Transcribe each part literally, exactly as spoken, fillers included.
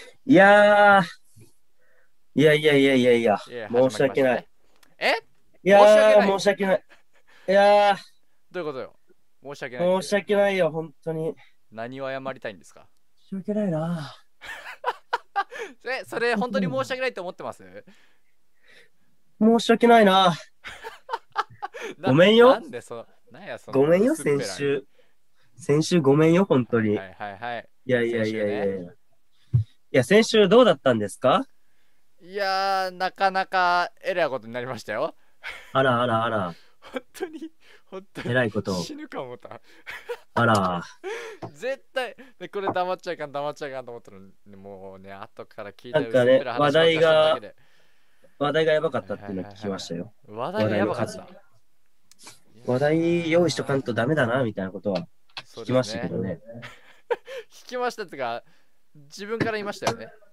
いやー、いやいやいやいやいや、 いや、 申始まし訳ない。 りましたね。えい申し訳やー、 ない。 申し訳ない。いやどういうことよ。申し訳ないっー、申して。 訳ないよ、本当に。 何を謝りたいんですか？ 申し訳ないな。 え、そ申しれ本当に訳ないな。 申し訳ないって思ってます？ 申し訳ないな。ごな、 めんよ。 なんでその、なんやそのごめんよ、 薄っぺらい。 先週。先週ごめんよ、本当に。 はいはいはいはい。 いやいやい先週ね。 やいやいや。いや、先週どうだったんですか？ いやー、なかなかえらいことになりましたよ。 あらあらあら、 本当に、本当にえらいこと。 死ぬか思った。 あら、 絶対、でこれ黙っちゃいかん、黙っちゃいかんと思ったのに、もうね、後から聞いたなんかね、 薄っぺらい話話ばっかしてるだけ題が、 で。 話題がやばかっはいはいたっていうのを聞きはいはい。 ましたよ。 話題が話題の数。 やばかった。いや話題用意しとかんとダメだな、 ー、 みたいなことはそう聞きましたけですね。 どね。 聞きましたってか、自分から言いましたよね。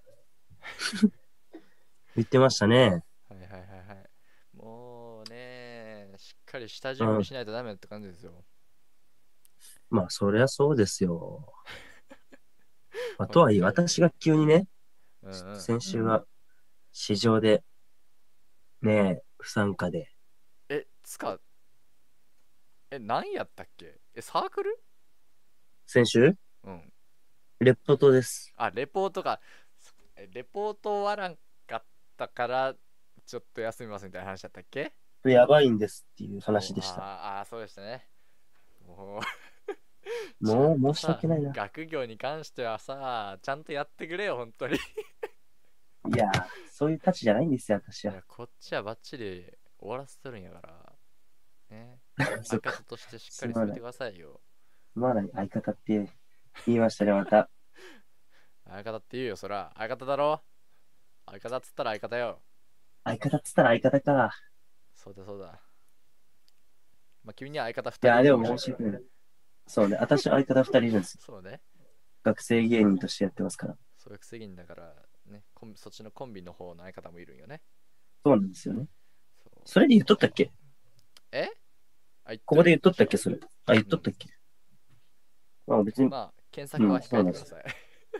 言ってましたね。 はいはいはいはい。もうね、しっかり下うん。 準備しないとダメって感じですよ。 まあ、そりゃそうですよ。まあ、とはいえ、 本当に。 私が急にね、 うんうん。 先週は市場でね、不参加で、 え、つか、え、何やったっけ？え、サークル？ 先週うん。 レポートです。 あ、レポートか。えレポート終わらんかったから、ちょっと休みますみたいな話だったっけ？ やばいんですっていうそう、 話でした。 あーあー、そうでしたね。もうちゃもう申しんとさ、 訳ないな。 学業に関してはさ、ちゃんとやってくれよ、本当に。 いやー、そういうたちじゃないんですよ、私は。 いや、こっちはバッチリ終わらせてるんやから、ね。 そっか。 相方としてしっかすまない。 り進めてくださいよ。 すまない。相方って言いましたね、また。 相方って言うよ、そら。相方だろ？相方っつったら相方よ。 相方っつったら相方か。 そうだそうだ。まあ、君には相方二人いやー、 いるでもかもしれんけど。 申し訳ない。そうね、私は相方二人いるんですよ。 そうね。 学生芸人としてやってますから。 そういうくせぎんだから、ね、コンそっちのコンビの方の相方もいるんよね。 そうなんですよね。 そう。 それで言っとったっけ？ えあ、言っここで言っととるよ。 ったっけそれ。あ、言っうん。 とったっけ？まあ別に、 まあ、検うん、 索はそうなんです。 控えてください。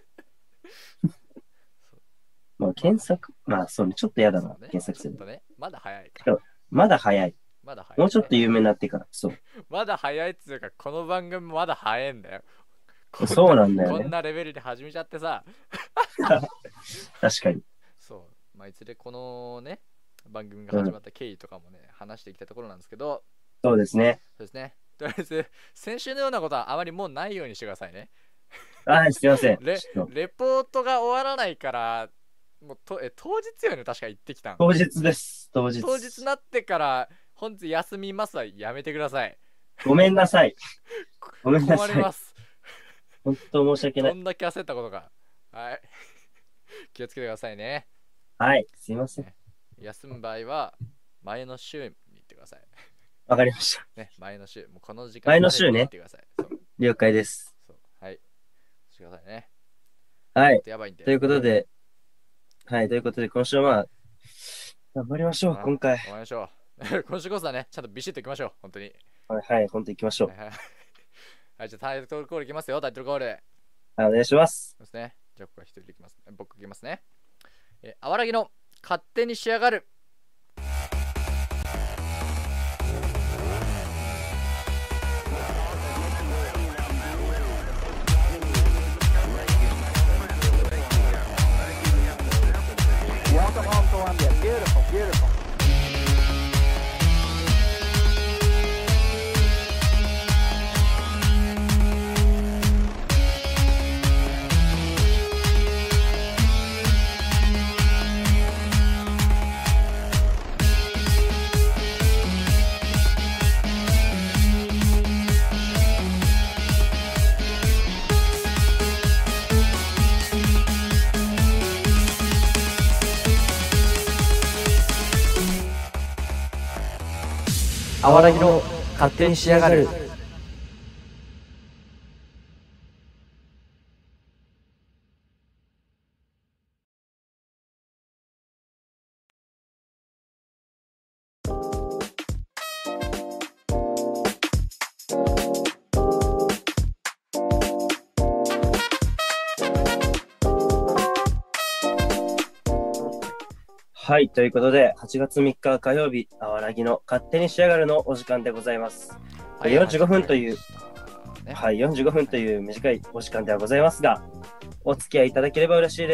そう。 まあまあ、 検索、まあそうね、ちょっと嫌だな、 そうね。 検索するの。 ちょっとね、まだ早いか。 けどまだ早い。 まだ早いね。 もうちょっと有名になってから。そまだ早いっつうか、この番組まだ早いんだよ。 う。 こんな、 そうなんだよね。 こんなレベルで始めちゃってさ。 確かに。 そう。まあ、いずれこのね、番組がうん。 始まった経緯とかもね、話していきたいところなんですけど、 そうですね。 そうですね。とりあえず、先週のようなことはあまりもうないようにしてくださいね。 はい、すいません。 レ、 ちょっと、 レポートが終わらないから、もうとえ当日よね、確か行ってきたん。 当日です。当日。 当日なってから、本日休みますはやめてください。 ごめんなさい。ごめんな困りさい。 ます。 本当申し訳ない。 どんだけ焦ったことか。はい。気をつけてくださいね。 はい、すいません。 ね、休む場合は、前の週に行ってください。 わかりました。 ね、前の週、もうこの時前間までの週ね。 に行ってください。そう、 了解です。 そう、はい。してくださいね。 はい。 ほんとやばいんで。 ということで、はい、ということで、今週はまあ、頑張りましょう、 ああ、 今回。 頑張りましょう。今週こそはね、ちゃんとビシッといきましょう。本当に。 はい、はい、本当に行きましょう。 はいはい。はい、じゃあタイトルコールいきますよ。タイトルコール。 はい、お願いします。 そうですね。じゃあ、ここは一人でいきます。僕いきますね。え、あわらぎの勝手に仕上がる。 Welcome home, Columbia. Beautiful, beautiful. あわらぎの勝手に仕上がる。 はい、ということで、はちがつみっか火曜日、あわらぎの勝手に仕上がるのお時間でございます。はい、よんじゅうごふんという、ね、はい、よんじゅうごふんという短いお時間ではございますが、お付き合いいただければ嬉しいです。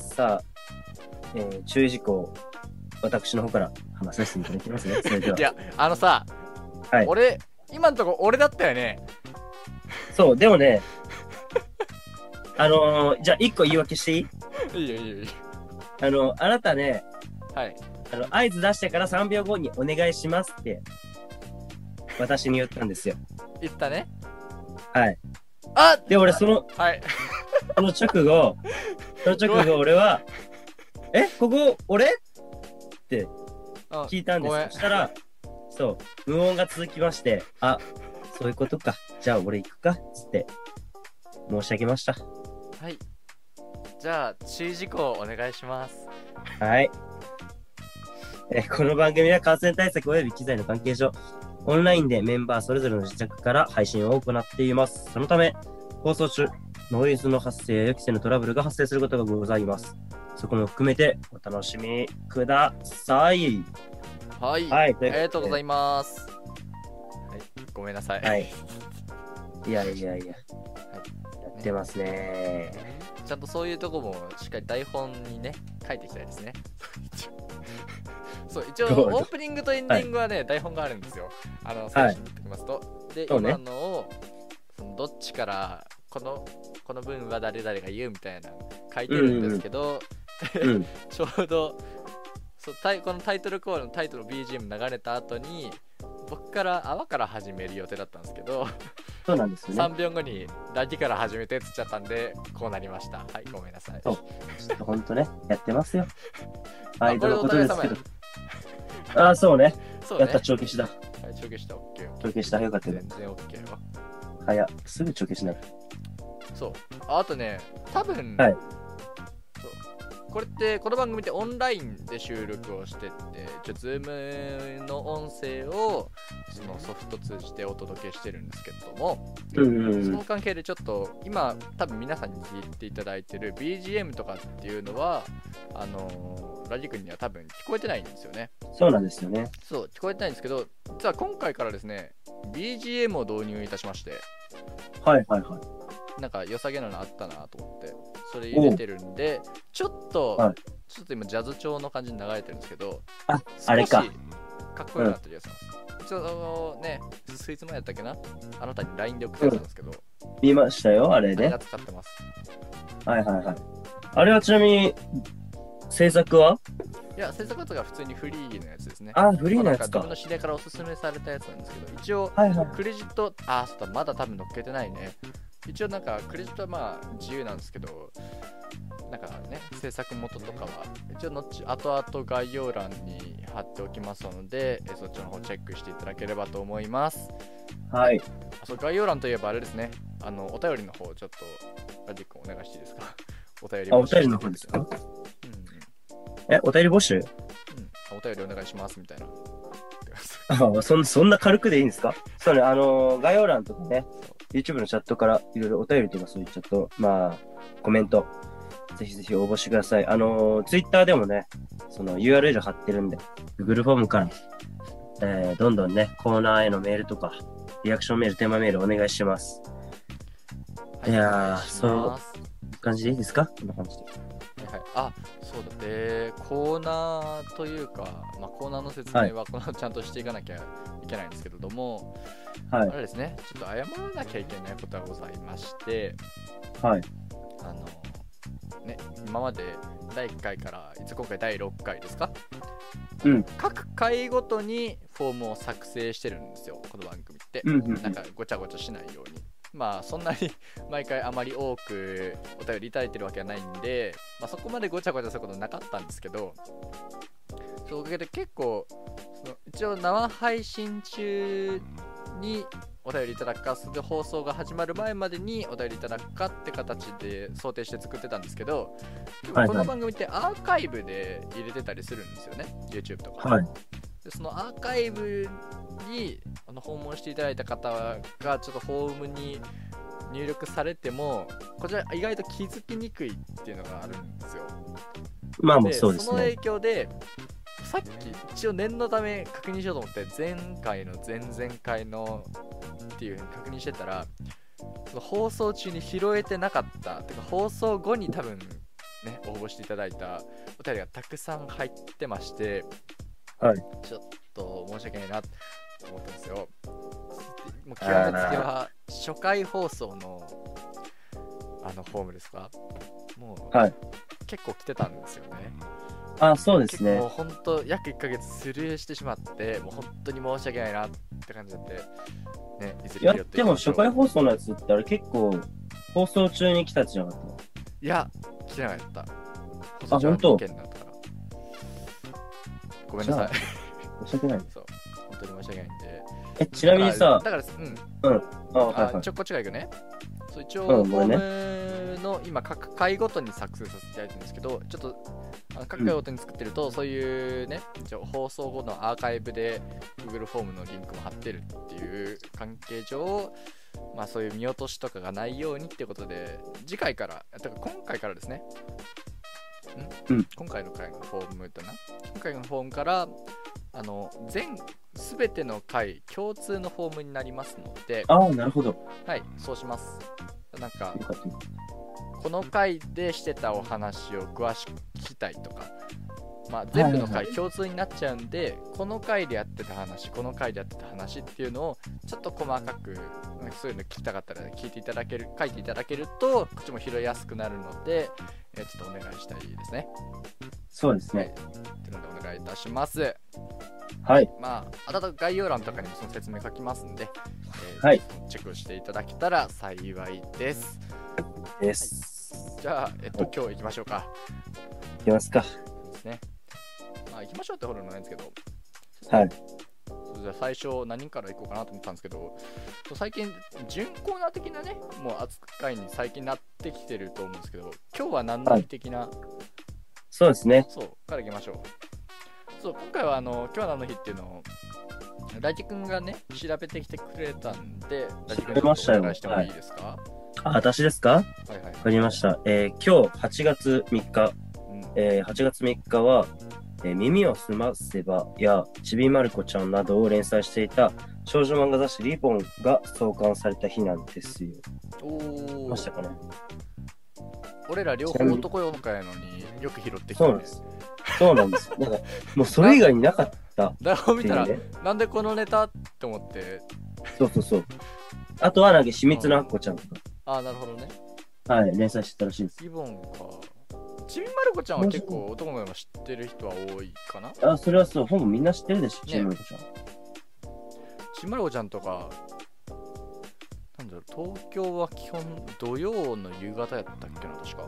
さあ、えー、注意事項、私の方から話させていただきますね。それでは。 いや、あのさ、 はい、 俺、今のところ俺だったよね。 そう、でもね、あのー、じゃあいっこ言い訳していい？ いいよいいよいいよ。 あの、あなたね、 はい。 あの、合図出してからさんびょうごにお願いしますって、私に言ったんですよ。 言ったね。 はい。 あで、俺、その、 はい。 その直後、その直後、俺は、え、ここ、俺って聞いたんですよ。そしたら、そう、無音が続きまして、あ、そういうことか。じゃあ、俺行くか。つって、申し上げました。 はい。じゃあ、注意事項お願いします。 はい。えー、この番組は感染対策及び機材の関係上、オンラインでメンバーそれぞれの自宅から配信を行っています。そのため、放送中、ノイズの発生や予期せぬトラブルが発生することがございます。そこも含めてお楽しみください。 はい。 はい、 ありがとうございます。はい、ごめんなさい。 はい。いやいやいや、はい、やってますね。 ちゃんとそういうとこもしっかり台本にね、書いていきたいですね。そう、一応オープニングとエンディングはね、はい、台本があるんですよ。あの、最初に言っておきますと。はい、で、今のを、そのどっちからこの、この文は誰々が言うみたいな書いてるんですけど、うんうん、ちょうどそうタイこのタイトルコールのタイトル ビージーエム 流れた後に僕から泡から始める予定だったんですけど、 そうなんですよね。 さんびょうごにラギから始めてつっちゃったんでこうなりました。はい、ごめんなさい。 そうちょっとほんとねやってますよ。はい、どのことですけど。ああ、そうね。そうね。やった、帳消しだ。 はい、帳消した、オッケー。 帳消した、よかったよ。 全然オッケーよ。 はや、すぐ帳消しになる。 そう。あ、あとね、多分、 はい、 そうこれってこの番組ってオンラインで収録をしてってちょ Zoom の音声をそのソフト通じてお届けしてるんですけれども、 うんうん、 その関係でちょっと今多分皆さんに聞いていただいてる ビージーエム とかっていうのはあのー、ラジ君には多分聞こえてないんですよね。 そうなんですよね。 そう聞こえてないんですけど、実は今回からですね ビージーエム を導入いたしまして、 はいはいはい、 なんか良さげなのあったなと思ってそれ入れてるんで、ちょっと、はい、ちょっと今ジャズ調の感じに流れてるんですけど、 あ、あれかかっこよくなってるやつなんです。うん、一応ね、スイーツ前やったっけな、あなたに ライン で送ったやつなんですけど、うん、 見ましたよ、あれね。 が使ってます。 はいはいはい。あれはちなみに制作はいや、制作とか普通にフリーのやつですね。 あ、フリーのやつか。 自分の知り合いからおすすめされたやつなんですけど、一応、 はいはい、 クレジット、あ、そうだ、まだ多分載っけてないね。一応なんかクレジットはまあ自由なんですけど、なんかね、制作元とかは一応後後々概要欄に貼っておきますので、えそっちの方チェックしていただければと思います。 はい。 あ、そう、概要欄といえばあれですね、あのお便りの方ちょっとラジックお願いしていいですか。お便り募集。あ、お便りの方ですか。うんうん、え、お便り募集？うん、 お便りお願いしますみたいな。 あ、そんそんな軽くでいいんですか。そうね、あのー、概要欄とかね、YouTube のチャットからいろいろお便りとかそういうチャット、まあ、コメント、ぜひぜひ応募してください。あのー、Twitter でもね、その ユーアールエル 貼ってるんで、Google フォームから、えー、どんどんね、コーナーへのメールとか、リアクションメール、テーマメールお願いします。はい、いやー、そういう感じでいいですか？こんな感じで。 はい、あ、そうだ、で、コーナーというか、まあ、コーナーの説明はこのちゃんとしていかなきゃいけないんですけれども、はい、あれですね、ちょっと謝らなきゃいけないことがございまして、 はい、 あのね、今までだいいっかいからいつ今回だいろっかいですか、 うん、 各回ごとにフォームを作成してるんですよ、この番組って、 うんうんうん、 なんかごちゃごちゃしないように。まあそんなに毎回あまり多くお便りいただいてるわけはないんで、まあ、そこまでごちゃごちゃすることなかったんですけど、そのおかげで結構その一応生配信中にお便りいただくか、放送が始まる前までにお便りいただくかって形で想定して作ってたんですけど、この番組ってアーカイブで入れてたりするんですよね、 YouTube とか、 はい、 でそのアーカイブにあの訪問していただいた方がちょっとフォームに入力されてもこちら意外と気づきにくいっていうのがあるんですよ。 まあまあでそうですその影ね。 響でさっき一応念のため確認しようと思って前回の前々回のっていう風に確認してたら、その放送中に拾えてなかったてか放送後に多分ね応募していただいたお便りがたくさん入ってまして、 はい。 ちょっと申し訳ないなと思ったんですよ。もう極めつけは初回放送のあのフォームですか、もう、 はい。 結構来てたんですよね。 あ、そうですねもう。ほんと約いっかげつスルーしてしまって、もう本当に申し訳ないなって感じだって、ね、いずいやれ拾っていでもきましょう。 初回放送のやつってあれ結構放送中に来たやつじゃなかった？ いや、来てなかった。 あ放送中は本当にけんだったから。ごめんなさい。 申し訳ない。 そう、本当に申し訳ないんで。 え、ちなみにさ、 だから、だからうん。 あ、はいはい。 あちょこっちが行くね。そう一応、 うんフォごめんねームの今、各回ごとに作成させていただいてるんですけど、ちょっとあの各回ごとに作ってると、そういうね、一応放送後のアーカイブで Google フォームのリンクも貼ってるっていう関係上、まあそういう見落としとかがないようにっていうことで、次回から、だから今回からですね、ん、 うん、 今回の回のフォームだな。今回のフォームから、あの全すべての回共通のフォームになりますので、 ああ、なるほど。 はい、そうします。なんかよかった。 この回でしてたお話を詳しく聞きたいとか、まあ、全部の回共通になっちゃうんで、この回でやってた話、この回でやってた話っていうのをちょっと細かく、そういうの聞きたかったら聞いていただける、書いていただけるとこっちも拾いやすくなるので、えーちょっとお願いしたいですね。 そうですね。 はい、というのでお願いいたします。 はい。 まあ、あと概要欄とかにもその説明書きますんで、えーはいチェックしていただけたら幸いです。 です。 じゃあ、えっと、今日行きましょうか。 いきますか。 ですね。まあ、行きましょうってほどのないんですけど、 はい。 じゃあ最初何から行こうかなと思ったんですけど、最近、準コーナー的なね、もう扱いに最近なってきてると思うんですけど、今日は何の日的な、 そうですね。 そう、から行きましょう。そう、今回はあの、今日は何の日っていうのを、ラジ君がね、調べてきてくれたんで、ラジ君調べましたよお願いしてもいいですか？ あ、私ですか？わはいはい。 かりました。えー今日はちがつみっか、 うんえーはちがつみっかは、えー耳をすませばやちびまる子ちゃんなどを連載していた少女漫画雑誌リボンが創刊された日なんですよ。 おーましたかね。 俺ら両方男用の会やのによく拾ってきたねそうなんで。す。そうなんです。なんか、もうそれ以外になかった台本見たら、 っていうね。 なんでこのネタって思って、 そうそうそう。あとはなんか秘密のアッコちゃんとああ、なるほどね。 か、はい、連載してたらしいです。 リボンか。ちびまる子ちゃんは結構男の子も知ってる人は多いかな。 あ、それはそう、ほぼみんな知ってるでしょ、ちびまる子ちゃん。 ちびまる子ちゃんとか、なんだろう、東京は基本土曜の夕方やったっけな、確か。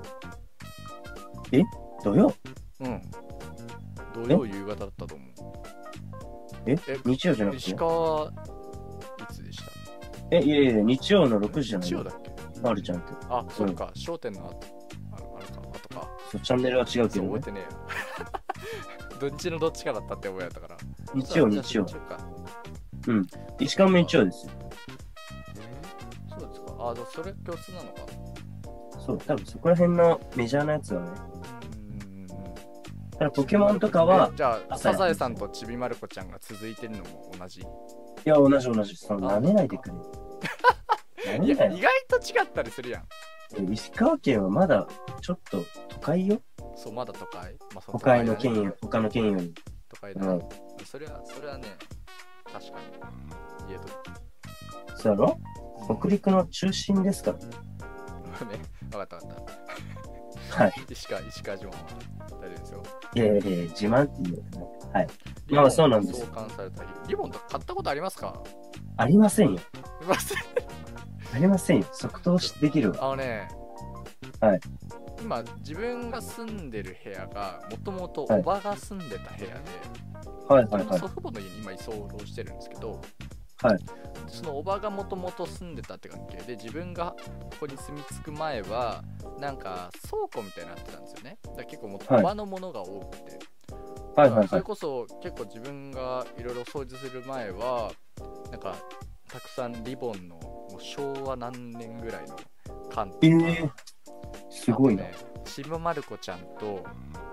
土曜うん。土曜夕方だったと思う。 ええ日曜じゃなくて石川はいつでしたえ、いやいや、日曜のろくじじゃないの日曜だっけまるちゃんって。 あ、それか、商店の後、ああれか、後か。 そう、チャンネルは違うけそう、 どね。 覚えてねえよ。どっちのどっちかだったって覚えやったから。 日曜、 じゃあ日曜日。曜か。 うん。石川も日曜ですよ。 そうですか。あ、でもそれ共通なのか。 そう、多分そこら辺のメジャーなやつはね。 うん。 ただポケモンとかは、 じゃあ、 朝やサザエさんとちびまる子ちゃんが続いてるのも同じ。 いや、同じ同じ。その、舐めないでくれ。舐いや、 めない意外と違ったりするやん。 よ。石川県はまだ、ちょっと都会よ。 そう、まだ都会。まあ、そ都会の都だね県よ、他の県より。 都会だね。それは、それはね、確かに。言えと。 そうやろ北陸の中心ですから。 ね、わかったわかっはい。 た。石川、石川島は大丈夫ですよ。 いやいやいや、自慢って言うよね。はい。 リボンまあそうなんです創刊された日。リボンとか買ったことありますか？ ありませんよ。 すいません。 ありませんよ。即答しできるわ。 あのね、 はい。 今、自分が住んでる部屋が、もともとはいおばが住んでた部屋で、 はいはいはい祖。父母の家に今居候してるんですけど、 はい。 そのおばがもともと住んでたって関係で、自分がここに住み着く前はなんか倉庫みたいになってたんですよね。だから結構もうおはいばのものが多くて、 はいはいはい。 それこそ結構自分がいろいろ掃除する前はなんかたくさんリボンのもう昭和何年ぐらいの缶とか、 ええー、すごいな。 あとね、ちびまる子ちゃんと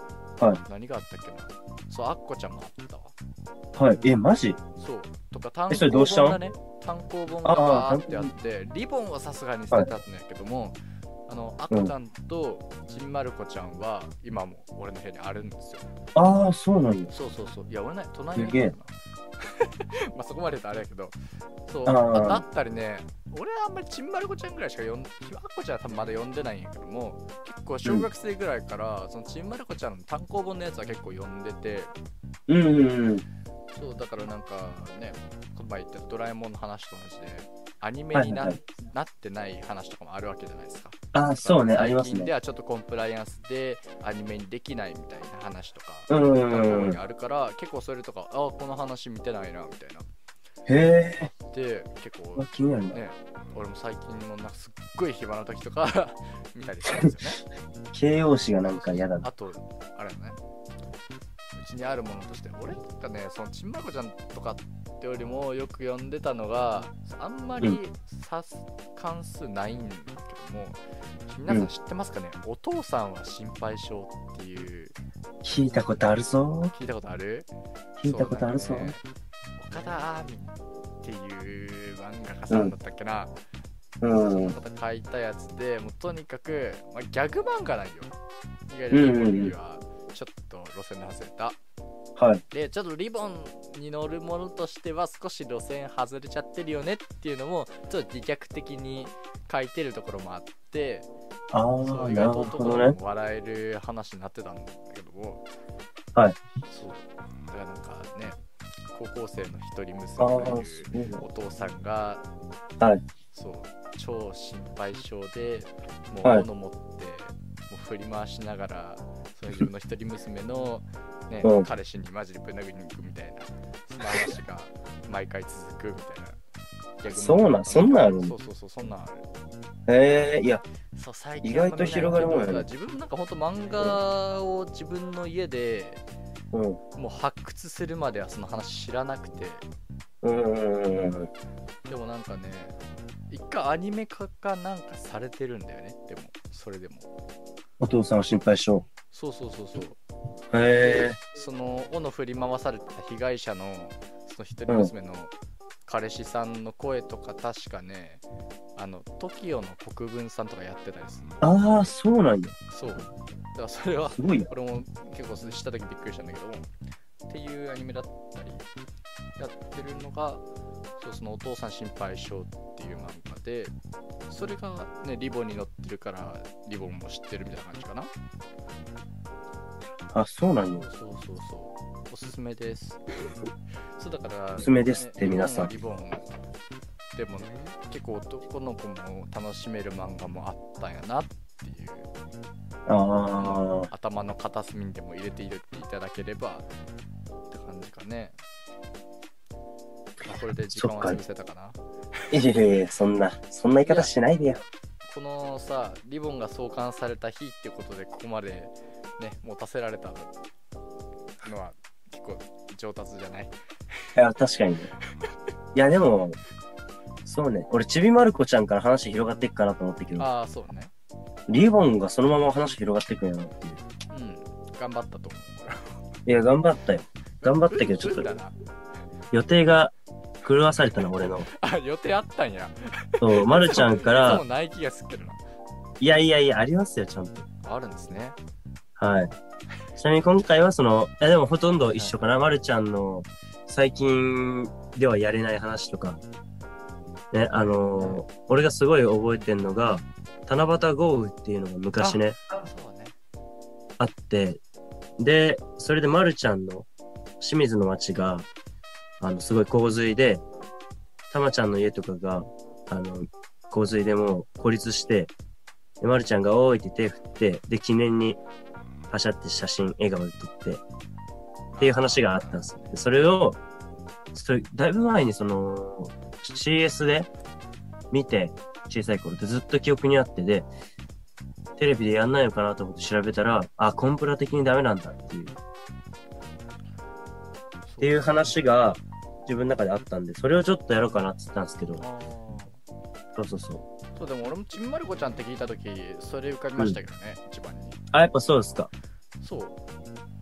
はい何があったっけな。そう、アッコちゃんもあったわ。 はい。え、マジ？ そう。とか単えそれど行うしたん本がね、単行本がバーってあって、リボンはさすがに捨てたんやけども、あの、アッコちゃんとちんまる子ちゃんは今も俺の部屋にあるんですよ。 ああ、そうなんや。 そうそうそう。いや、俺ね、隣にすげえいるかな。まあそこまで言うとあれやけど、そう、 あーあだったりね、俺はあんまりちんまる子ちゃんぐらいしか読んで、あっこちゃんは多分まだ読んでないんやけども、結構小学生ぐらいから、そのちんまる子ちゃんの単行本のやつは結構読んでて、 うんうんうん。 そう、だからなんかね、この前言ったドラえもんの話と同じで、アニメにな,、 はいはいはいなってない話とかもあるわけじゃないですか。 ああ、そうね、あります最近でね。 はちょっとコンプライアンスでアニメにできないみたいな話とか、 うんうんとこうん。 ろにあるから、結構それとか、あ、この話見てないなみたいな。 へえ、 で、結構あ気になるな。 ね、俺も最近のなんかすっごい暇な時とか見たりするんですよね。 形容詞がなんか嫌だな。 あと、あれだね、うちにあるものとして、俺がね、そのちんまる子ちゃんとかってよりもよく読んでたのが、あんまりさす関数ないんだけども、皆さん知ってますかね、お父さんは心配性っていう、 聞いたことあるぞ。 聞いたことある？ 聞いたことあるぞそう。なんかね、岡田あーみんっていう漫画家さんだったっけな、 うん。 また書いたやつで、もうとにかく、まあ、ギャグ漫画なんよ。いわゆるリボンにはちょっと路線で外れた。 はい。 で、ちょっとリボンに乗るものとしては少し路線外れちゃってるよねっていうのも、ちょっと自虐的に書いてるところもあって、 ああ、 そう意なる外と男の子ほどね。 も笑える話になってたんだけども、 はい。 そう。だからなんかね、高校生の一人娘ああ、 がいそうるお父さんが、 はい。 そう超心配性でもはいう斧持って、もう振り回しながらその自分の一人娘の、ねうん彼氏にマジでぶん殴りに行くみたいな、その話が毎回続くみたいなギャグ漫画そうなんそんなんあるんそうそうそう、そんなんある。 へえ、いや、 そう、最近意外と広がるもんやねやね。自分なんかほんと漫画を自分の家でうん。 もう発掘するまではその話知らなくて、 うんうんうんうん。 でもなんかね、一回アニメ化かなんかされてるんだよね。でもそれでもお父さんを心配しよそうそうそうそう。 う。へえ。 その斧振り回された被害者のその一人娘の彼氏さんの声とか確かね、あの トキオ の国分さんとかやってたりするの。 ああ、そうなんや。 そう。だからそれはすごいな。 俺も結構それ知った時びっくりしたんだけども、っていうアニメだったりやってるのが、そうそのお父さん心配性っていう漫画で、それがねリボンに載ってるからリボンも知ってるみたいな感じかな。 あ、そうなんや。 そうそうそうそう、おすすめです。そうだからおすすめですって皆さんリボンはリボンでもね、結構男の子も楽しめる漫画もあったんやなっていう、 ああ。 頭の片隅にでも入れていただければって感じかね。これで時間は潰せたかな。 いやいやいや、そんな、そんな言い方しないでよ。 このさ、リボンが創刊された日ってことでここまでね持たせられたのは結構上達じゃない？ いや、確かにね。いや、でも、そうね。俺、ちびまる子ちゃんから話広がっていくかなと思ったけど、 ああ、そうね。 リボンがそのまま話広がっていくんやなっていう。 うん、頑張ったと思う。こいや、頑張ったよ。頑張ったけど、ちょっとだな。 予定が狂わされたな、俺の。 あ、予定あったんや。 そう、まるちゃんからそう、ない気がするけどな。 いやいやいや、ありますよ、ちゃんと。 あるんですね。 はい。ちなみに今回はその、いやでもほとんど一緒かな。まるちゃんの最近ではやれない話とか。ね、あのー俺がすごい覚えてんのが、七夕豪雨っていうのが昔ね、 そうね。 あって、で、それでまるちゃんの清水の町が、あの、すごい洪水で、たまちゃんの家とかが、あの、洪水でもう孤立して、で、まるちゃんがおーいって手振って、で、記念にパシャって写真、笑顔で撮って、っていう話があったんですよ。でそれを、それ、だいぶ前にその、シーエス で見て、小さい頃ってずっと記憶にあってで、テレビでやんないのかなと思って調べたら、あ、コンプラ的にダメなんだっていう、っていう話が自分の中であったんで、それをちょっとやろうかなって言ったんですけど、 あそうそうそう。 ーそう、でも俺もちんまる子ちゃんって聞いたとき、それ浮かびましたけどね、一番に。 あ、やっぱそうですか。 そう。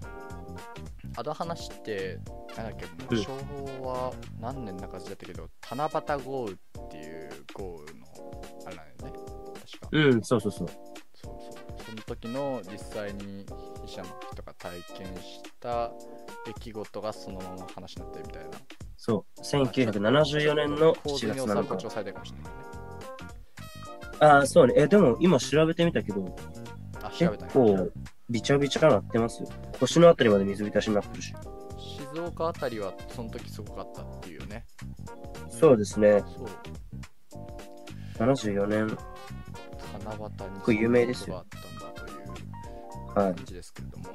あの話って、なんだっけ、もううん昭和何年だか忘れちゃったけど、七夕豪雨っていう豪雨の、あれなんだよね。確か。 うん、そうそうそう。 そうそう。その時の実際に被者の人が体験した出来事がそのまま話になってるみたいな。 そう。せんきゅうひゃくななじゅうよねんの洪しちがつ水に収ま誇なのか。 張されてるかもしれないね。 ああ、そうね。え、でも今調べてみたけど、 あ、調べた結ね。 構びちゃびちゃなってますよ。腰のあたりまで水浸しになってるし。 静岡あたりはその時すごかったっていうよね。 そうですね。 そう。 ななじゅうよねん。 七夕にこれ有名ですよそんなことがあったんだというはい。 感じですけれども。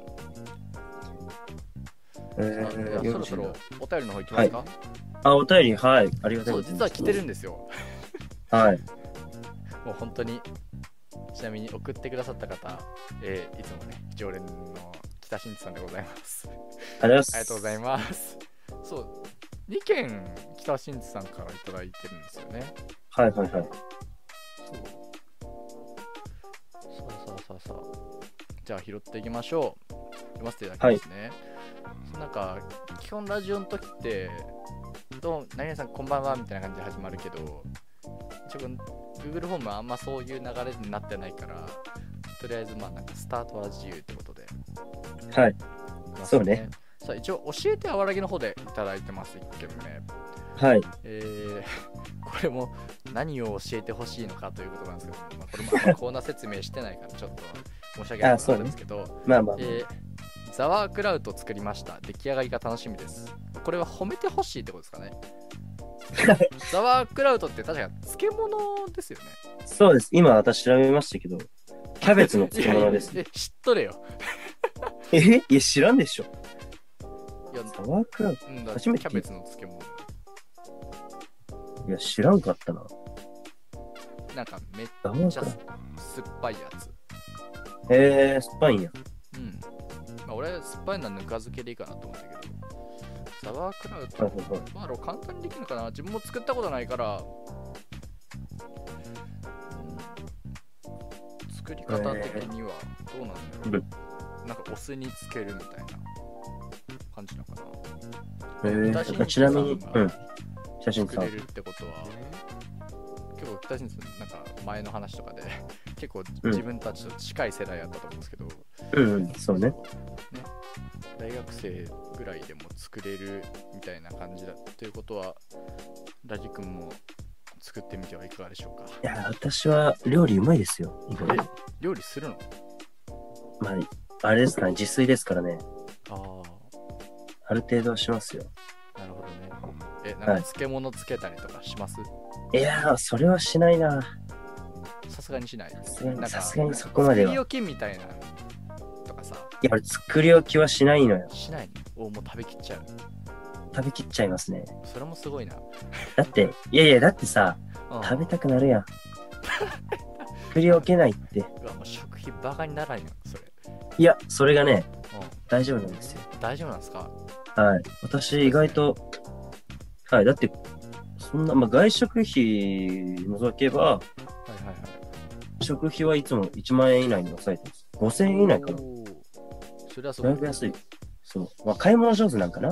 えさあではー、 そろそろよんお便りの方行きますか、 あ、お便り、はい。ありがたいそう、 ございます。 実は来てるんですよ。 はい。 もう本当に、ちなみに送ってくださった方、えーいつもね、常連の北新地さんでございます。 ありがとうございます。 ありがとうございます。そう、にけん北新地さんからいただいてるんですよね。 はいはいはい。 そう。さあさあさあさあ。じゃあ拾っていきましょう。読ませていただきますね。そうなんか、基本ラジオの時って、どう、何々さんこんばんはみたいな感じで始まるけど、一応 Google フォームはあんまそういう流れになってないから、とりあえずまあなんかスタートは自由ってことで。 はい。 まあそうね。 さあ一応教えてあわらぎの方でいただいてますいっけんめ。 はい。 えー、これも何を教えてほしいのかということなんですけど、まあ、これもあんまコーナー説明してないからちょっと申し訳ないことなんですけど、 まあまあ。 えー、ザワークラウト作りました。出来上がりが楽しみです。これは褒めてほしいってことですかね。ザワークラウトって確か漬物ですよね。 そうです。今私調べましたけど、キャベツの漬物です。 いやいやえ知っとれよ。 えいや、知らんでしょ。 いや、 サワークラウトうん、だ初めて聞いたキャベツの漬物。 いや、知らんかったな。 なんかめっサワーちゃクラウト酸っぱいやつ。 えー、スパインや。 うん。まあ、俺、酸っぱいのはぬか漬けでいいかなと思うんだけど、サワークラウト、 はいはいはい。 まあ、簡単にできるのかな。自分も作ったことないから、うん作り方的にはどうなんだろう。なんかお酢につけるみたいな感じなのかな。 えー、 北新地ちなみに、 さんがうん。写真さん。 作れるってことは、結構北新地さんなんか前の話とかで結構自分たちと近い世代やったと思うんですけど、 うんうん、そうね。 ね、大学生ぐらいでも作れるみたいな感じだということは、ラジ君も作ってみてはいかがでしょうか。 いや、私は料理うまいですよ。意外えと料理するの？ まあ、あれですかね、自炊ですからね。 あある程度はしますよ。 あ、なるほどね。え、なんか漬物つけたりとかします？ いやー、それはしないな。 さすがにしない。 さすがになんかさすがにそこまでは。 作り置きみたいなとかさ、 いや、俺作り置きはしないのよ。 しないの？お、もう食べきっちゃう。 食べきっちゃいますね。 それもすごいな。 だって、いやいや、だってさ、 うん、 食べたくなるやん。作り置けないって。 うわ、もう食費バカにならんやん、それ。 いや、それがね、 うん、 大丈夫なんですよ。 大丈夫なんですか？ はい。私、意外と、はい。だって、そんな、まあ、外食費除けば、 はいはいはい。 食費はいつもいちまん円以内に抑えてます。ごせんえん以内かな。 おーそれはすだごい。 いぶ安い。そう。まあ、買い物上手なんかな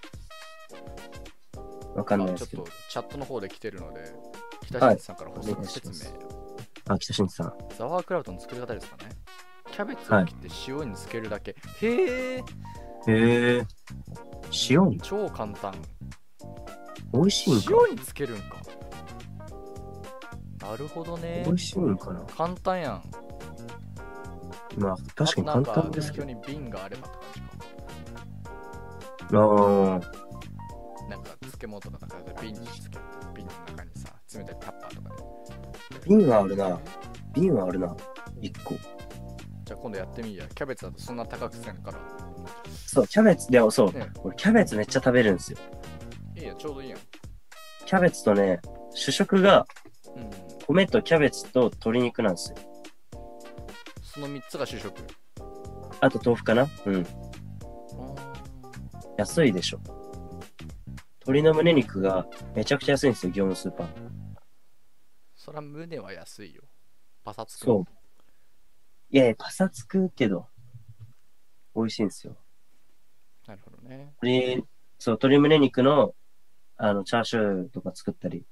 わかんないですけどあちょっと。チャットの方で来てるので、北新地さんから補足お願いし説ます明。 あ、北新地さん。 ザワークラウトの作り方ですかね。キャベツを切って塩に漬けるだけ。へえ、 へえ。塩に超簡単。 美味しいんか。 塩につけるんか。なるほどね美。味しいんかな。 簡単やん。 まあ、確かに簡単ですけど。 あとなんか、瓶があればって感じか。 ああ。 なんか漬物とかだから瓶につけて、瓶の中にさ、冷たいタッパーとかで。 瓶はあるな。瓶はあるな。いっこ。 じゃあ今度やってみいや。キャベツだとそんな高くせんから。 そう、キャベツ、でもそう、 ね俺キャベツめっちゃ食べるんですよ。 いいや、ちょうどいいやん。 キャベツとね、主食がうん。 米とキャベツと鶏肉なんですよ。 そのみっつが主食。 あと豆腐かなうん。 あー安いでしょ。鶏の胸肉がめちゃくちゃ安いんですよ、業務スーパー。 そら胸は安いよ。パサつく。 そう。いやいや、パサつくけど、美味しいんですよ。 なるほどね。 鶏、そう、鶏胸肉の、あの、チャーシューとか作ったり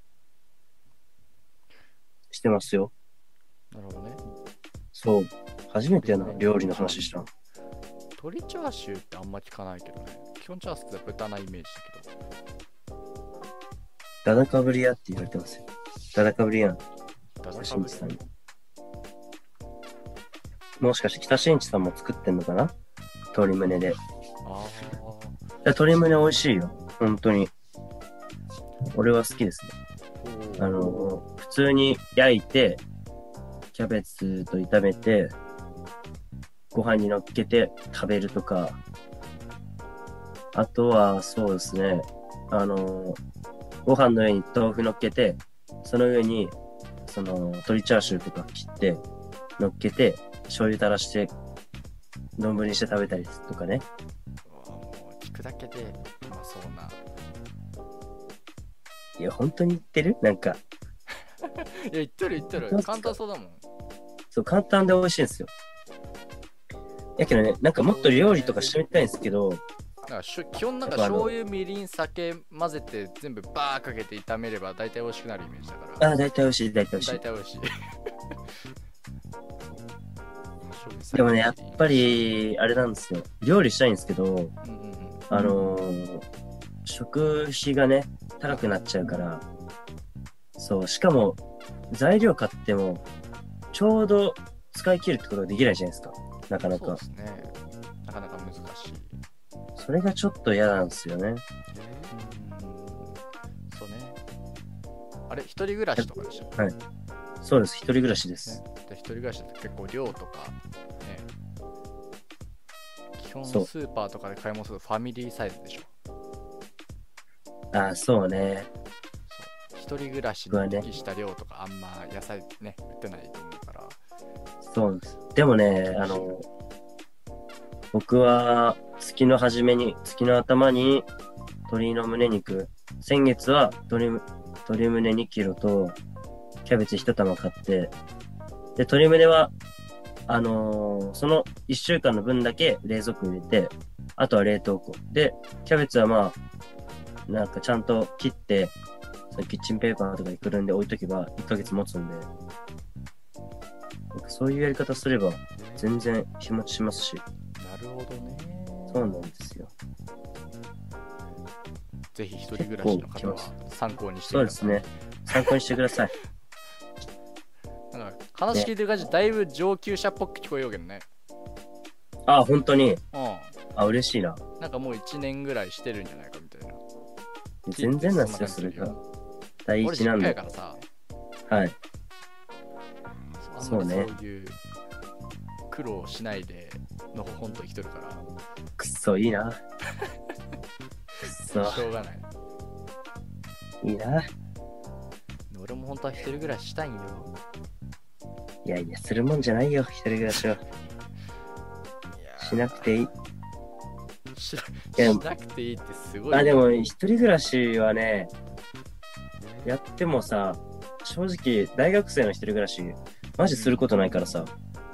してますよ。 なるほどね。 そう。初めてやな、料理の話したの。 鶏チャーシューってあんま聞かないけどね。基本チャーシューって豚なイメージだけど。 ダダかぶり屋って言われてますよ。ダダかぶり屋。 ダダ北かぶり新地さんに。もしかして北新地さんも作ってんのかな、鶏胸で。 あ鶏胸美味しいよ。本当に。俺は好きですね。 あ。 あの、普通に焼いて、キャベツと炒めて、ご飯に乗っけて食べるとか、あとはそうですね、あの、ご飯の上に豆腐乗っけて、その上に、その、鶏チャーシューとか切って、乗っけて、醤油垂らして、丼にして食べたりとかね。 うわもう聞くだけでうまそうな。 いや、本当に言ってるなんか、 いや言ってる言ってる。簡単そうだもん。 そう、簡単で美味しいんですよ。やけどね、なんかもっと料理とかしてみたいんですけど、 なんかしょ基本なんか醤油みりん酒混ぜて全部バーかけて炒めれば大体美味しくなるイメージだからああ、大体美味しい、大体美味しい。 大体美味しいでもね、やっぱり、あれなんですよ。料理したいんですけど、 うんうんうんあのー食費がね、高くなっちゃうから、そう、しかも、材料買っても、ちょうど使い切るってことができないじゃないですか。なかなかそうで。すね。なかなか難しい。 それがちょっと嫌なんですよね。 うんそうね。あれ、一人暮らしとかでしょ。 はい。そうです。一人暮らしです。 ね、で一人暮らしだと結構量とか、ね、基本スそうーパーとかで買い物するとファミリーサイズでしょ。 ああ、そうね。 そう一人暮らしに適した量とかあんま野菜ね、売ってないと思うから。 そうなんです。でもね、あの、僕は月の初めに、月の頭に鶏の胸肉、先月は鶏む鶏胸にキロとキャベツいち玉買って、で、鶏胸は、あのーそのいっしゅうかんの分だけ冷蔵庫入れて、あとは冷凍庫。で、キャベツはまあ、なんかちゃんと切って、そのキッチンペーパーとかにくるんで置いとけばいっかげつ持つんで、なんかそういうやり方すれば全然日持ちしますし。 なるほどね。 そうなんですよ。 ぜひ一人暮らしの方は参考にしてください。 そうですね。参考にしてください。 なんか話聞いてる感じ、だいぶ上級者っぽく聞こえようけどね。 あ、本当に。 うあ、嬉しいな。 ん。なんかもういちねんぐらいしてるんじゃないかみたいな。 全然なんですよ、それが。第俺一なんで。 実家やからさ、 はい。 あんそうねまりそういう苦労しないでのほほんと生きとるからくっそ、いいな。くっそ、 しょうがない。 いいな。 俺も本当は一人暮らししたいんよ。 いやいや、するもんじゃないよ、一人暮らしは。 いやーしなくていい。 しなやしなくていいってすごい。 あ、でも、一人暮らしはね、やってもさ、正直、大学生の一人暮らし、マジすることないからさ、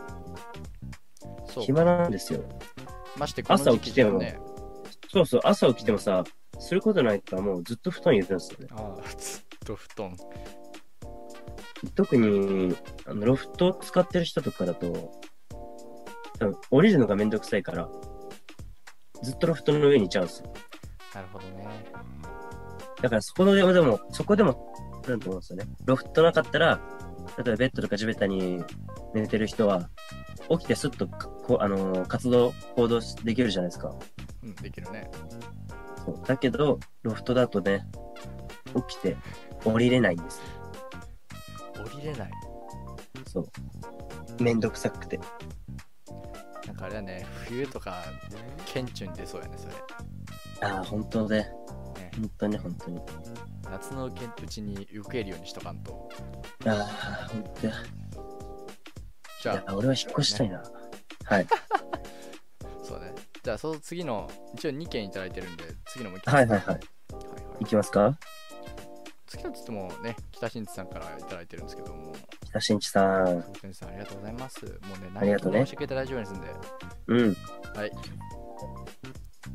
そう暇なんですよ。 ましてこの時期じゃね。 そうそう、朝起きてもさ、することないからもうずっと布団にいるんですよね。 ああ、ずっと布団。 特に、あのロフト使ってる人とかだと、多分降りるのがめんどくさいから、ずっとロフトの上にいちゃうんですよ。 なるほどね。 だからそこでも、でも、そこでも、なんと思うんですよね。ロフトなかったら、例えばベッドとか地べたに寝てる人は、起きてすっとこあのー活動、行動できるじゃないですか。 うん、できるね。 そうだけど、ロフトだとね、起きて降りれないんですよ。 降りれない。 そう。めんどくさくて。 なんかあれだね、冬とか、顕著に出そうやね、それ。 ああ、本当で。 ね、 本当に本当に。 夏のうちに受けるようにしとかんと。 ああ、本当や。 じゃあ、 いや、俺は引っ越したいな。はい。 そうね。じゃあ、その次の、一応にけんいただいてるんで、次のもいきはいはいはい。 はいはいいきますか？ 次のつってもね、北新地さんからいただいてるんですけども、 北新地さん。 北新地さんありがとうございます。もうね、 ありがとうね何ともしてくれたラジオですんで、 うん。 はい。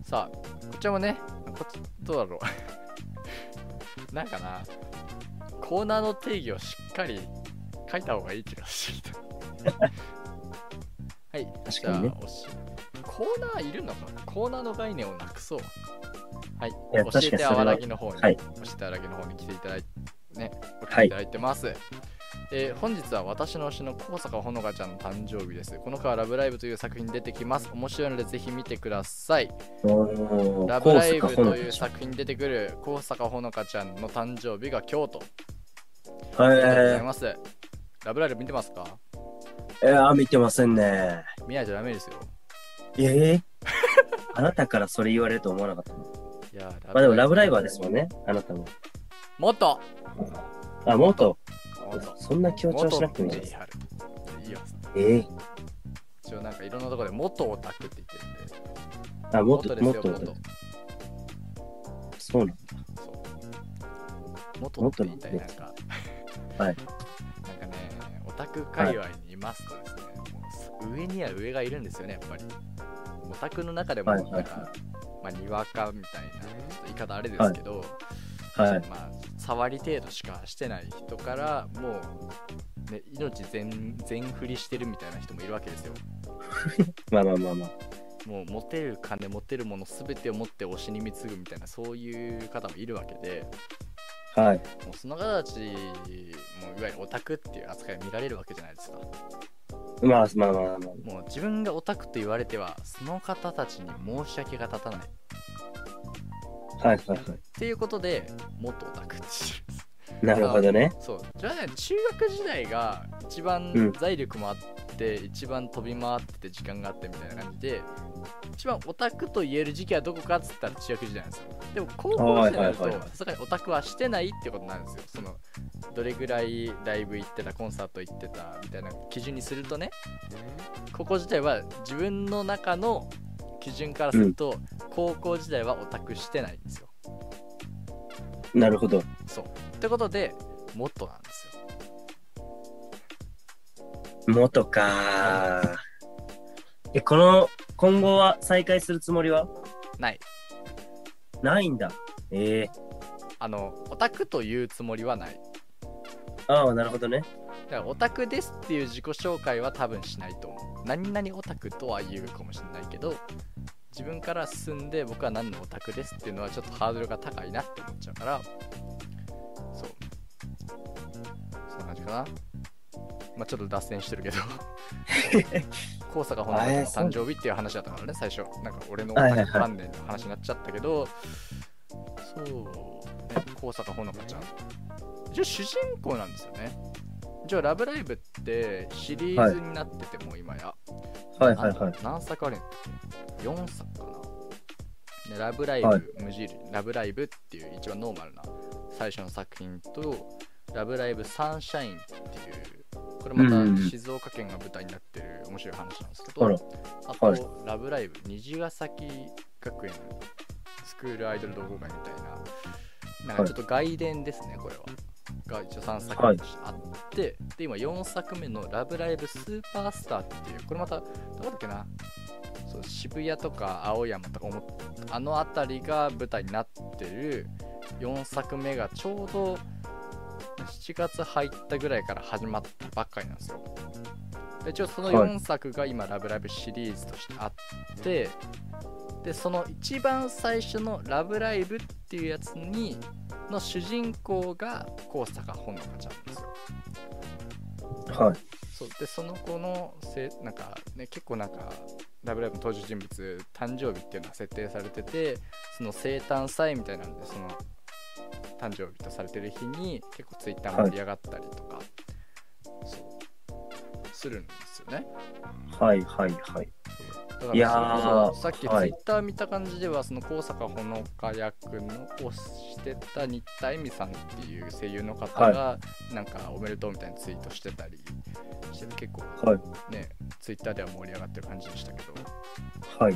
さあ、こちらもね、こっちどうだろう。なんかな、コーナーの定義をしっかり書いた方がいい気がしてきた。はい、 確かにねじゃあ、おしコーナーいるのかな、コーナーの概念をなくそう。はい、 いや教えてあわらぎの方に、 はい教えてあわらぎの方に来ていただいて、ね、おはい聞きいただいてます。えー本日は私の推しの高坂ほのかちゃんの誕生日です。この子はラブライブという作品に出てきます。面白いのでぜひ見てください。 おーラブライブ高坂ほのというかちゃん作品に出てくる高坂ほのかちゃんの誕生日が京都。 はありがとうございい。 ます。ラブライブ見てますか？ いやー、見てませんね。 見ないとダメですよ。 ええあなたからそれ言われると思わなかったの。 いやー、 まあでもラブライバーですもんね、あなたも。 もっとあ、もっと。 もっとそんな強調しなくてもいいです。 元 ジェイアール いいよ。 ええ一応なんかいろんなところで元オタクって言ってるんで。 あ、もっと、 ですよ、 もっと。 元。 そうなんだ。 そう。元って言いたい、なんか。 はい。 なんかね、オタク界隈にいますとですね、もう上には上がいるんですよね、やっぱり。オタクの中でも、 はないんか、 はいはまあ、にわかみたいな、ちょっと言い方あれですけど、 はい。 まあ、触り程度しかしてない人からもう、ね、命全全振りしてるみたいな人もいるわけですよ。 まあまあまあまあ。 もう持てる金持てるもの全てを持って推しに貢ぐみたいな、そういう方もいるわけで、 はい。 もうその方たちもいわゆるオタクっていう扱いを見られるわけじゃないですか。 まあまあまあまあ。 もう自分がオタクと言われてはその方たちに申し訳が立たないっはいはいはい。 ていうことで元オタクって知るんです。 なるほどね。 そうじゃあね、中学時代が一番うん財力もあって、一番飛び回ってて時間があってみたいな感じで、一番オタクと言える時期はどこかっつったら中学時代なんですよ。でも高校生になるとはいはいはいさすがにオタクはしてないってことなんですよ。そのどれぐらいライブ行ってた、コンサート行ってたみたいな基準にするとね、高校時代は自分の中の基準からすると、高校時代はオタクしてないんですよ。 なるほど。 そうってことで元なんですよ。 元かー。え、この、今後は再開するつもりはない。 ないんだ。ええあのオタクというつもりはない。 ああ、なるほどね。 だからオタクですっていう自己紹介は多分しないと思う。何々オタクとは言うかもしれないけど、自分から進んで僕は何のオタクですっていうのはちょっとハードルが高いなって思っちゃうから、そう。そんな感じかな。まあちょっと脱線してるけど高坂ほのかちゃんの誕生日っていう話だったからね、最初。なんか俺のオタク関連の話になっちゃったけど、そう、ね、高坂ほのかちゃん。一応主人公なんですよね。一応ラブライブってシリーズになってても今や。 はいはいはい。 何作あるんだっけ ?よん 作かな。でラブライブ、 はい、 無印、ラブライブっていう一番ノーマルな最初の作品と、ラブライブサンシャインっていう、これまた静岡県が舞台になってる面白い話なんですけど、 あらあと、 はい、 ラブライブ虹ヶ崎学園スクールアイドル同好会みたいな、なんかちょっと外伝ですね、これは。が一応さんさくめとしてあって、はい、で今よんさくめのラブライブスーパースターっていう、これまたどこだっけな、そう渋谷とか青山とか思っあの辺りが舞台になってるよんさくめがちょうどしちがつ入ったぐらいから始まったばっかりなんですよ。で一応そのよんさくが今ラブライブシリーズとしてあって、でその一番最初のラブライブっていうやつにの主人公が高坂ほのかちゃんですよ。 はい。 そうでその子のせなんかね、結構なんかラブライブの登場人物誕生日っていうのが設定されてて、その生誕祭みたいなんで、その誕生日とされてる日に結構ツイッター盛り上がったりとか、はい、そうするんですよね。 はいはいはい。 だからいやーさっきツイッター見た感じでは、はい、その高坂ほのか役のをしてた新田恵美さんっていう声優の方が、はい、なんかおめでとうみたいなツイートしてたりしてて、結構ね、はい、ツイッターでは盛り上がってる感じでしたけど。 はい。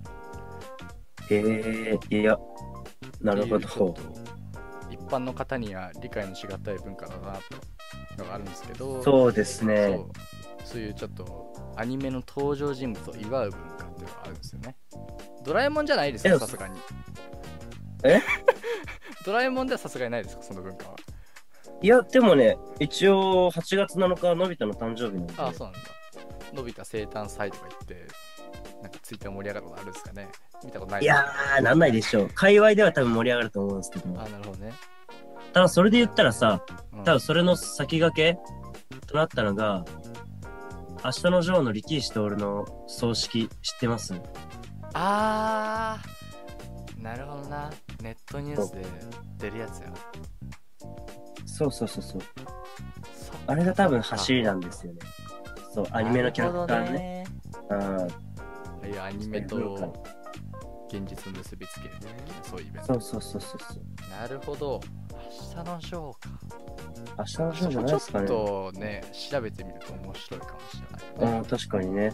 えー、いや、なるほど。 一般の方には理解のしがたい文化だなとのがあるんですけど、 そうですね。 そう、そういうちょっとアニメの登場人物を祝う文化っっていうのがあるんですよね。ドラえもんじゃないですえか、さすがに。 えドラえもんではさすがにないですか、その文化は。 いや、でもね、一応はちがつなのかはのび太の誕生日なんで。 ああ、そうなんだ。のび太生誕祭とか言って、なんかツイッター盛り上がることあるんですかね。見たことないいやー、なんないでしょう。界隈では多分盛り上がると思うんですけど。 ああ、なるほどね。 ただそれで言ったらさ、 うん、 多分それの先駆けとなったのが、明日のジョーの力士徹の葬式知ってます？ あー、なるほどな。ネットニュースで出るやつや。 そうそうそうそう。 そっかあれが多分走りなんですよね。そう、アニメのキャラクターのね。 ね。 あああいうアニメとそう現実を結びつける的なそういうイベント。 そうそうそうそうそう。 なるほど。明日のショーか。 明日のジョーじゃそこちょっないですかね。 とね、調べてみると面白いかもしれない、ね。 うん、確かにね。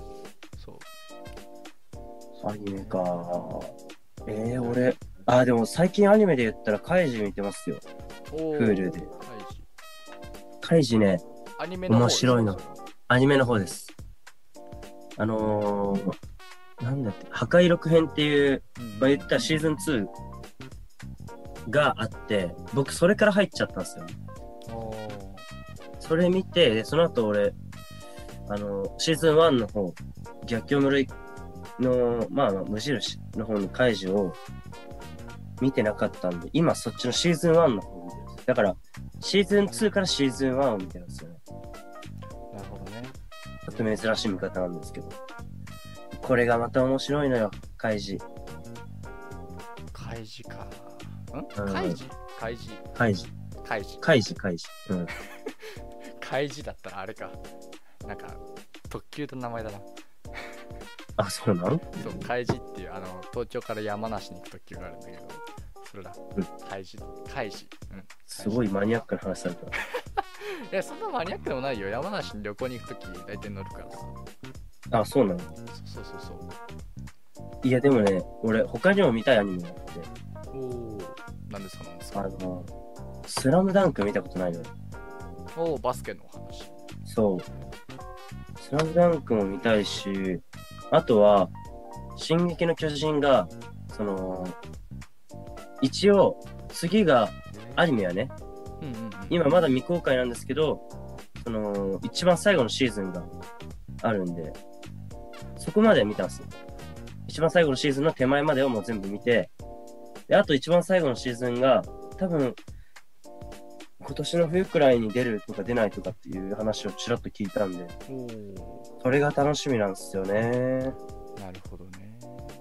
そう。 アニメか。えー、俺、あ、でも最近アニメで言ったらカイジ見てますよ。 おー Hulu で。 カイジカイジね、 アニメの方面白いのですか。 アニメの方です。あのー、なんだって、破壊録編っていう、 うんまあ、言ったらシーズンツーがあって、僕それから入っちゃったんですよね。 おーそれ見て、でその後俺、あの、シーズンワンの方、逆境無類の、まあ、まあ無印の方のカイジを見てなかったんで、今そっちのシーズンワンの方を見てるんです。だから、シーズンツーからシーズンワンを見てるんですよね。 なるほどね。 ちょっと珍しい見方なんですけど。これがまた面白いのよ、カイジ。 カイジか。 うんんカイジカイジカイジ。 カイジカイジ、カイジ。うん。 カイジだったらあれか。なんか、特急の名前だな。 あ、そうなん？ そう、カイジっていう、あの、東京から山梨に行く特急があるんだけど、それだ。 うんカイジ。カイジ。うん。 すごいマニアックな話された。 いや、そんなマニアックでもないよ。山梨に旅行に行くとき、大体乗るからさ。 あ、そうなの？ そうそうそうそう。 いや、でもね、俺、他にも見たいアニメがあって、 おお、なんでそうなんですか。 あの、スラムダンク見たことないのよ。 おお、バスケの話。 そう。スラムダンクも見たいし、あとは、進撃の巨人が、その、一応、次が、アニメはね、 うんうんうん。 今まだ未公開なんですけど、その、一番最後のシーズンがあるんで、そこまで見たんですよ。一番最後のシーズンの手前までをもう全部見て、で、あと一番最後のシーズンが、多分、今年の冬くらいに出るとか出ないとかっていう話をちらっと聞いたんで、 おお、 それが楽しみなんですよね。 なるほどね。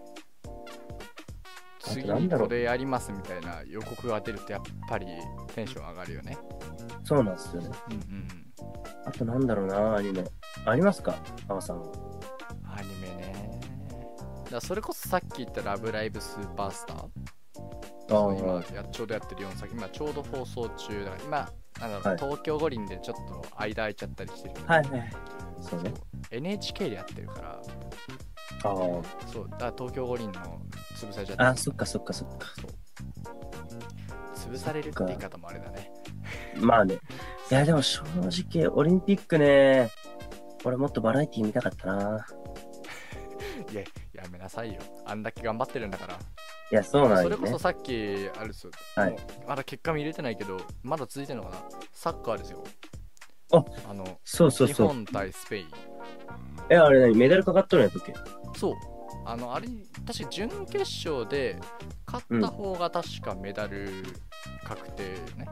と次なんだろうにこれやりますみたいな予告が出るとやっぱりテンション上がるよね。 そうなんですよね。 うんうんあとなんだろうな、アニメ。ありますか？浜さんは。 アニメね。だからそれこそさっき言ったラブライブスーパースター。そう今やちょうどやってるよんさく今ちょうど放送中だから今なんだろう、 はい東京五輪でちょっと間空いちゃったりしてるけど、 はいはい。そうね。 エヌエイチケー でやってるからあそうだから東京五輪の潰されちゃっあ。 たあ、そっかそっかそっか。 そう潰されるって言い方もあれだね。 まあね。いや、でも正直、オリンピックね、俺もっとバラエティ見たかったな。 いややめなさいよ、あんだけ頑張ってるんだから。 いや、そうなんよねそれこそ。さっきあれですよ、 はいもうまだ結果見れてないけどまだ続いてるのかな、サッカーですよ。 ああのそうそうそう。 日本対スペイン。 え、あれ何メダルかかっとるんやったっけ？ そうあのあれ確か準決勝で勝った方が確かメダル確定ね、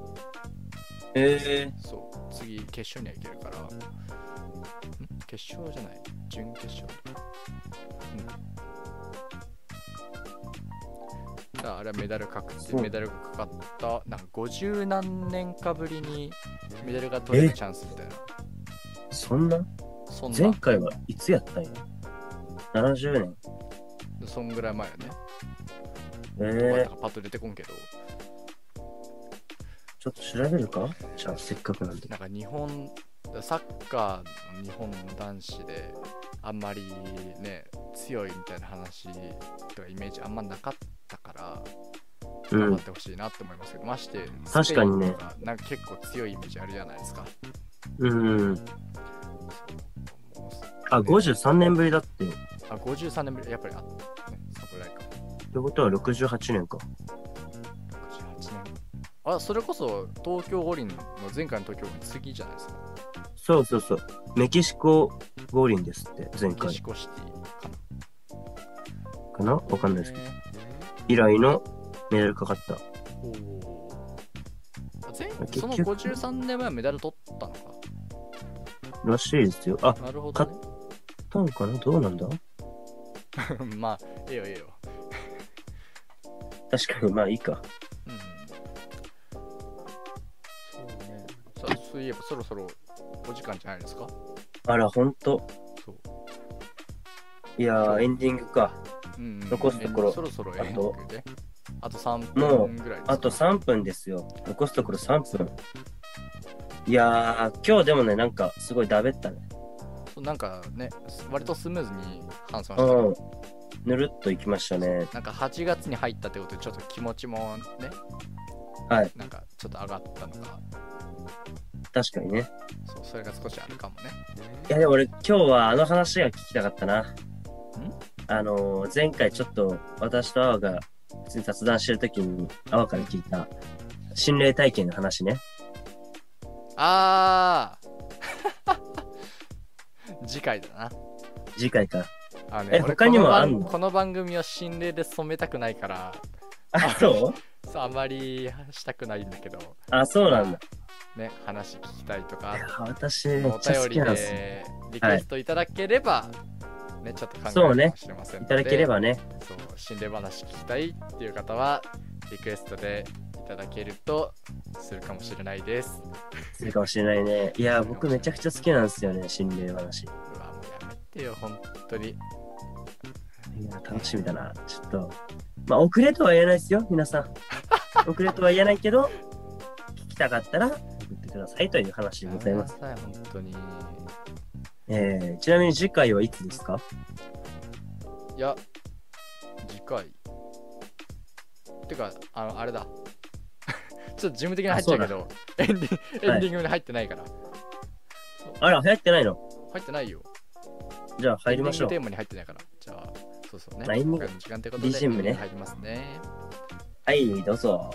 えそう次決勝にはいけるからん決勝じゃない準決勝うんだからあれはメダル確定そうメダルがかかったなんかごじゅう何年かぶりにメダルが取れるチャンスみたいなー、そんなそんな前回はいつやったんや？ ななじゅう 年。 そんぐらい前よね。 えなんーか、パッと出てこんけどちょっと調べるか？じゃあ、せっかくなんで。 なんか日本サッカーの日本男子であんまりね強いみたいな話とかイメージあんまなかったからうん頑張っ。てほしいなって思いますけど、まして確かにねスペインとかなんか結構強いイメージあるじゃないですか。 うん。 もうあ、ごじゅうさんねんぶりだってよ。 あ、ごじゅうさんねんぶり、やっぱりあったね、侍か。 ってことはろくじゅうはちねんか。 ろくじゅうはちねん。あ、それこそ東京五輪の前回の東京五輪次じゃないですか。 そうそうそう。メキシコ五輪ですって、前回メキシ。コシティかな。 かなわかんないですけど。 へ以来のメダルかかった。 ーおー前結局そのごじゅうさんねんまえはメダル取ったのからしいですよ。あ、 なるほどね。 たんかなどうなんだまあ、ええよええよ。 確かに、まあいいか。 うん。そうね。さあ、そういえばそろそろお時間じゃないですか。 あら、ほんと。 そう。 いやー、エンディングか。 うん、うん。 残すところえそろそろエンディングで。あとさんもぷうんぐらいですか。 あとさんぷんですよ。残すところさんぷん。いやー、今日でもね、なんか、すごいだべったね。 そうなんかね、割とスムーズに話せましたけうんど、。 ぬるっといきましたね。 なんかはちがつに入ったってことでちょっと気持ちもね、 はい。 なんかちょっと上がったのか、 確かにね。 そう、それが少しあるかもね。 いや、でも俺、今日はあの話が聞きたかったな。あのー、前回ちょっと、私とアワが、普通に雑談してるときに、アワから聞いた、心霊体験の話ね。 あー次回だな。 次回か。 あのね、俺え他にもこの番あんのこの番組は心霊で染めたくないから、 あ、そうそうあまりしたくないんだけど、 あ、そうなんだ。 ね、話聞きたいとかいや、私、めおっちゃ好便りきなんですよ。 でリクエストいただければ、ね、ちょっと考えそうねるかもしれませんので、 いただければね。 そう心霊話聞きたいっていう方はリクエストでいただけるとするかもしれないです。 するかもしれないね。いや、僕めちゃくちゃ好きなんですよね、心霊話。いうわもうやめてよ本当に。 や、楽しみだな。ちょっと。まあ、遅れとは言えないですよ、皆さん。遅れとは言えないけど、聞きたかったら送ってくださいという話でございます。 やめなさい本当に。 えー、ちなみに次回はいつですか？ いや次回てかあのあれだちょっと事務的に入っちゃうけどエンディングエンディングに入ってないから、 あら、流行ってないの？ 入ってないよ。 じゃあ入りましょう。 エンディングテーマに入ってないからじゃあそうそうねまあエンディング今回の時間ということでビージーエム ねエンディング入りますね。 はい、どうぞ。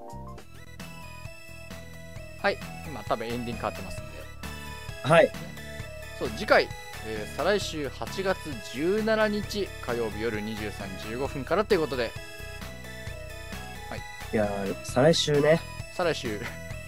はい今多分エンディング変わってますんで、 はい。 そう次回、えー再来週はちがつじゅうしちにち火曜日夜にじゅうさんじじゅうごふんからということで、 いやー、再来週ね。 再来週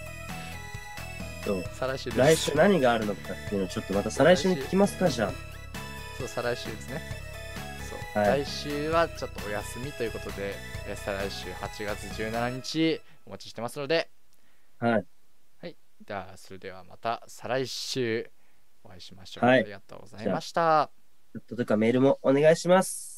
そう再来週です。 来週何があるのかっていうのをちょっとまた再来週に聞きますか、じゃそう再来週ですね。そう、 はい来週はちょっとお休みということで、えー再来週はちがつじゅうしちにちお待ちしてますので、 あ。はい。 ではそれではまた再来週お会いしましょう。 はいありがとうございました。 チャットとかメールもお願いします。